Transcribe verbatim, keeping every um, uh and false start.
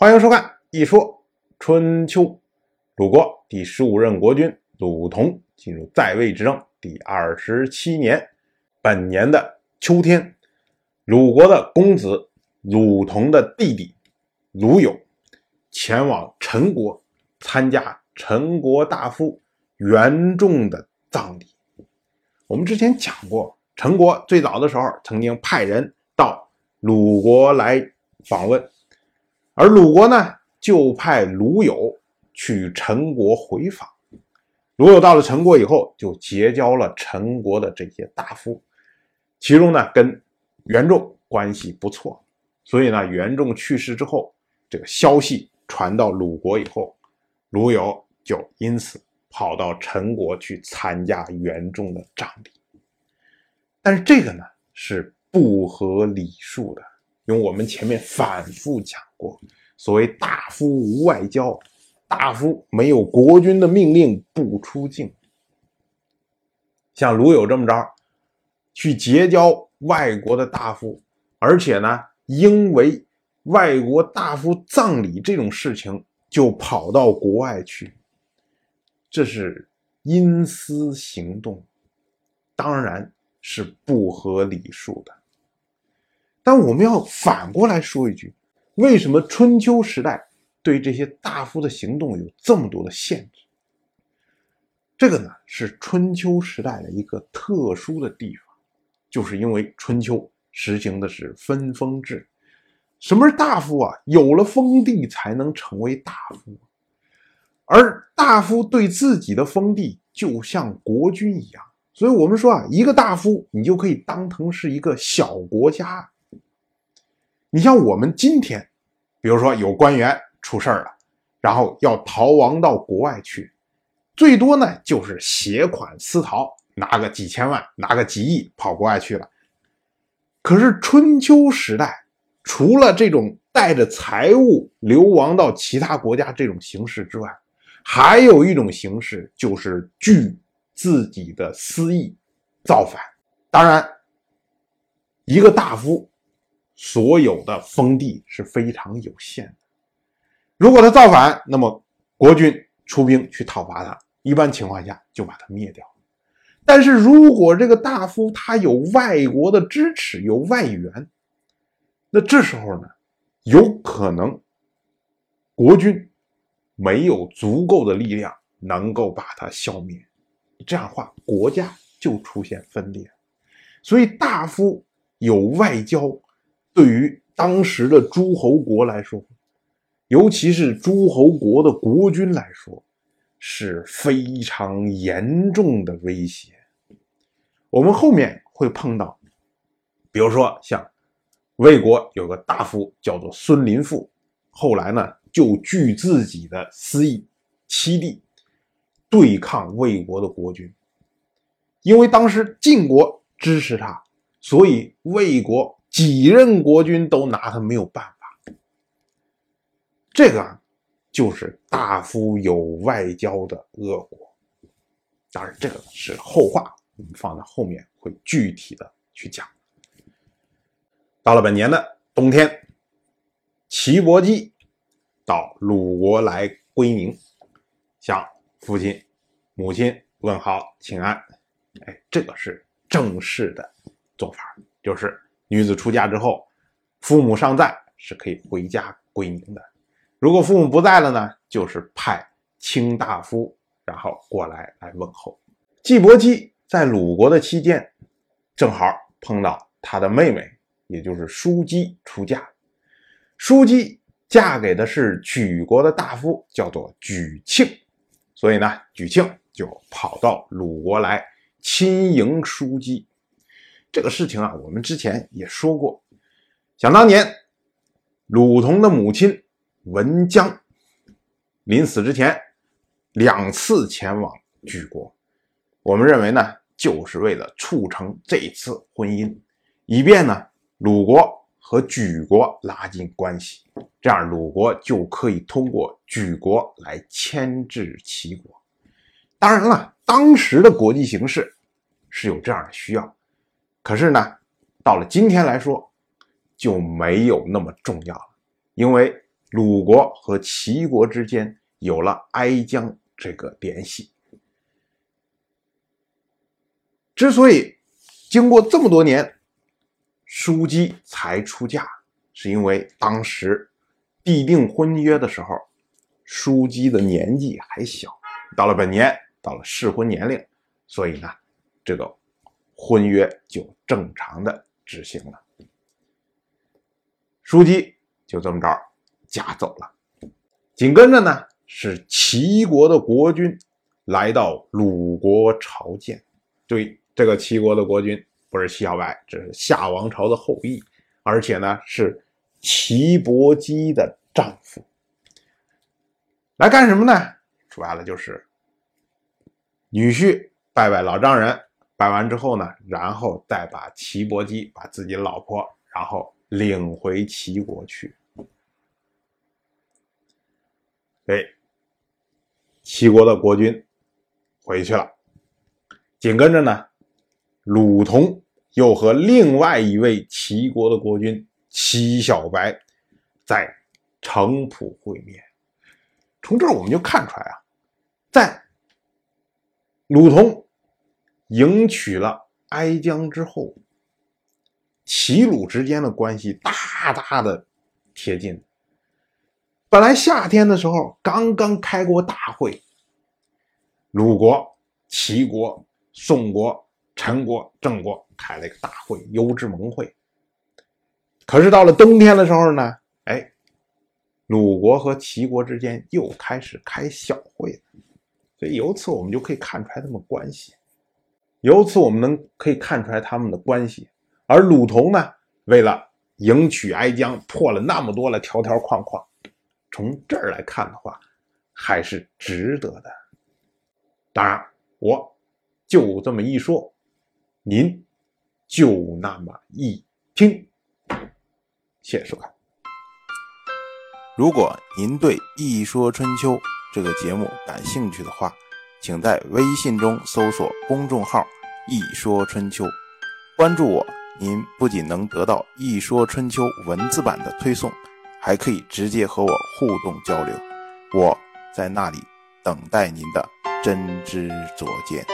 欢迎收看《一说春秋》。鲁国第十五任国君鲁同进入在位执政第二十七年，本年的秋天，鲁国的公子鲁同的弟弟鲁友前往陈国参加陈国大夫元仲的葬礼。我们之前讲过，陈国最早的时候曾经派人到鲁国来访问，而鲁国呢就派鲁友去陈国回访。鲁友到了陈国以后，就结交了陈国的这些大夫，其中呢跟元仲关系不错，所以呢元仲去世之后，这个消息传到鲁国以后，鲁友就因此跑到陈国去参加元仲的葬礼。但是这个呢是不合礼数的，因为我们前面反复讲过，所谓大夫无外交，大夫没有国君的命令不出境。像鲁友这么着去结交外国的大夫，而且呢因为外国大夫葬礼这种事情就跑到国外去，这是阴私行动，当然是不合礼数的。但我们要反过来说一句，为什么春秋时代对这些大夫的行动有这么多的限制？这个呢是春秋时代的一个特殊的地方，就是因为春秋实行的是分封制。什么是大夫啊？有了封地才能成为大夫，而大夫对自己的封地就像国君一样，所以我们说啊，一个大夫你就可以当成是一个小国家。你像我们今天比如说有官员出事了，然后要逃亡到国外去，最多呢就是携款私逃，拿个几千万拿个几亿跑国外去了。可是春秋时代除了这种带着财物流亡到其他国家这种形式之外，还有一种形式，就是据自己的私意造反。当然一个大夫所有的封地是非常有限的，如果他造反，那么国君出兵去讨伐他，一般情况下就把他灭掉。但是如果这个大夫他有外国的支持，有外援，那这时候呢有可能国君没有足够的力量能够把他消灭，这样的话国家就出现分裂。所以大夫有外交，对于当时的诸侯国来说，尤其是诸侯国的国君来说，是非常严重的威胁。我们后面会碰到，比如说像魏国有个大夫叫做孙林父，后来呢就据自己的私意欺地对抗魏国的国君。因为当时晋国支持他，所以魏国几任国君都拿他没有办法。这个就是大夫有外交的恶果。当然这个是后话，我们放在后面会具体的去讲。到了本年的冬天，齐伯姬到鲁国来归宁，向父亲母亲问好请安。哎，这个是正式的做法，就是女子出嫁之后，父母尚在是可以回家归宁的。如果父母不在了呢，就是派卿大夫然后过来来问候。季伯姬在鲁国的期间，正好碰到他的妹妹，也就是叔姬出嫁。叔姬嫁给的是莒国的大夫，叫做莒庆，所以呢莒庆就跑到鲁国来亲迎叔姬。这个事情啊我们之前也说过，想当年鲁同的母亲文姜临死之前两次前往莒国，我们认为呢就是为了促成这一次婚姻，以便呢鲁国和莒国拉近关系，这样鲁国就可以通过莒国来牵制齐国。当然了，当时的国际形势是有这样的需要，可是呢到了今天来说就没有那么重要了，因为鲁国和齐国之间有了哀姜这个联系。之所以经过这么多年叔姬才出嫁，是因为当时缔定婚约的时候，叔姬的年纪还小，到了本年，到了适婚年龄，所以呢，这个婚约就正常的执行了。叔姬就这么着嫁走了。紧跟着呢，是齐国的国君来到鲁国朝见。对，这个齐国的国君不是齐小白，这是夏王朝的后裔，而且呢是齐伯姬的丈夫。来干什么呢？说白了就是女婿拜拜老丈人，拜完之后呢，然后再把齐伯姬把自己的老婆然后领回齐国去。哎，齐国的国君回去了。紧跟着呢，鲁同又和另外一位齐国的国君齐小白在城濮会面。从这儿我们就看出来啊，在鲁同迎娶了哀姜之后，齐鲁之间的关系大大的贴近。本来夏天的时候刚刚开过大会，鲁国、齐国、宋国、陈国、郑国开了一个大会，优质盟会。可是到了冬天的时候呢，哎，鲁国和齐国之间又开始开小会了。所以由此我们就可以看出来他们关系，由此我们能可以看出来他们的关系。而鲁同呢，为了迎娶哀姜，破了那么多的条条框框，从这儿来看的话，还是值得的。当然，我就这么一说，您就那么一听。谢谢收看。 如果您对《一说春秋》这个节目感兴趣的话，请在微信中搜索公众号“一说春秋”，关注我，您不仅能得到《一说春秋》文字版的推送，还可以直接和我互动交流。我在那里等待您的真知灼见。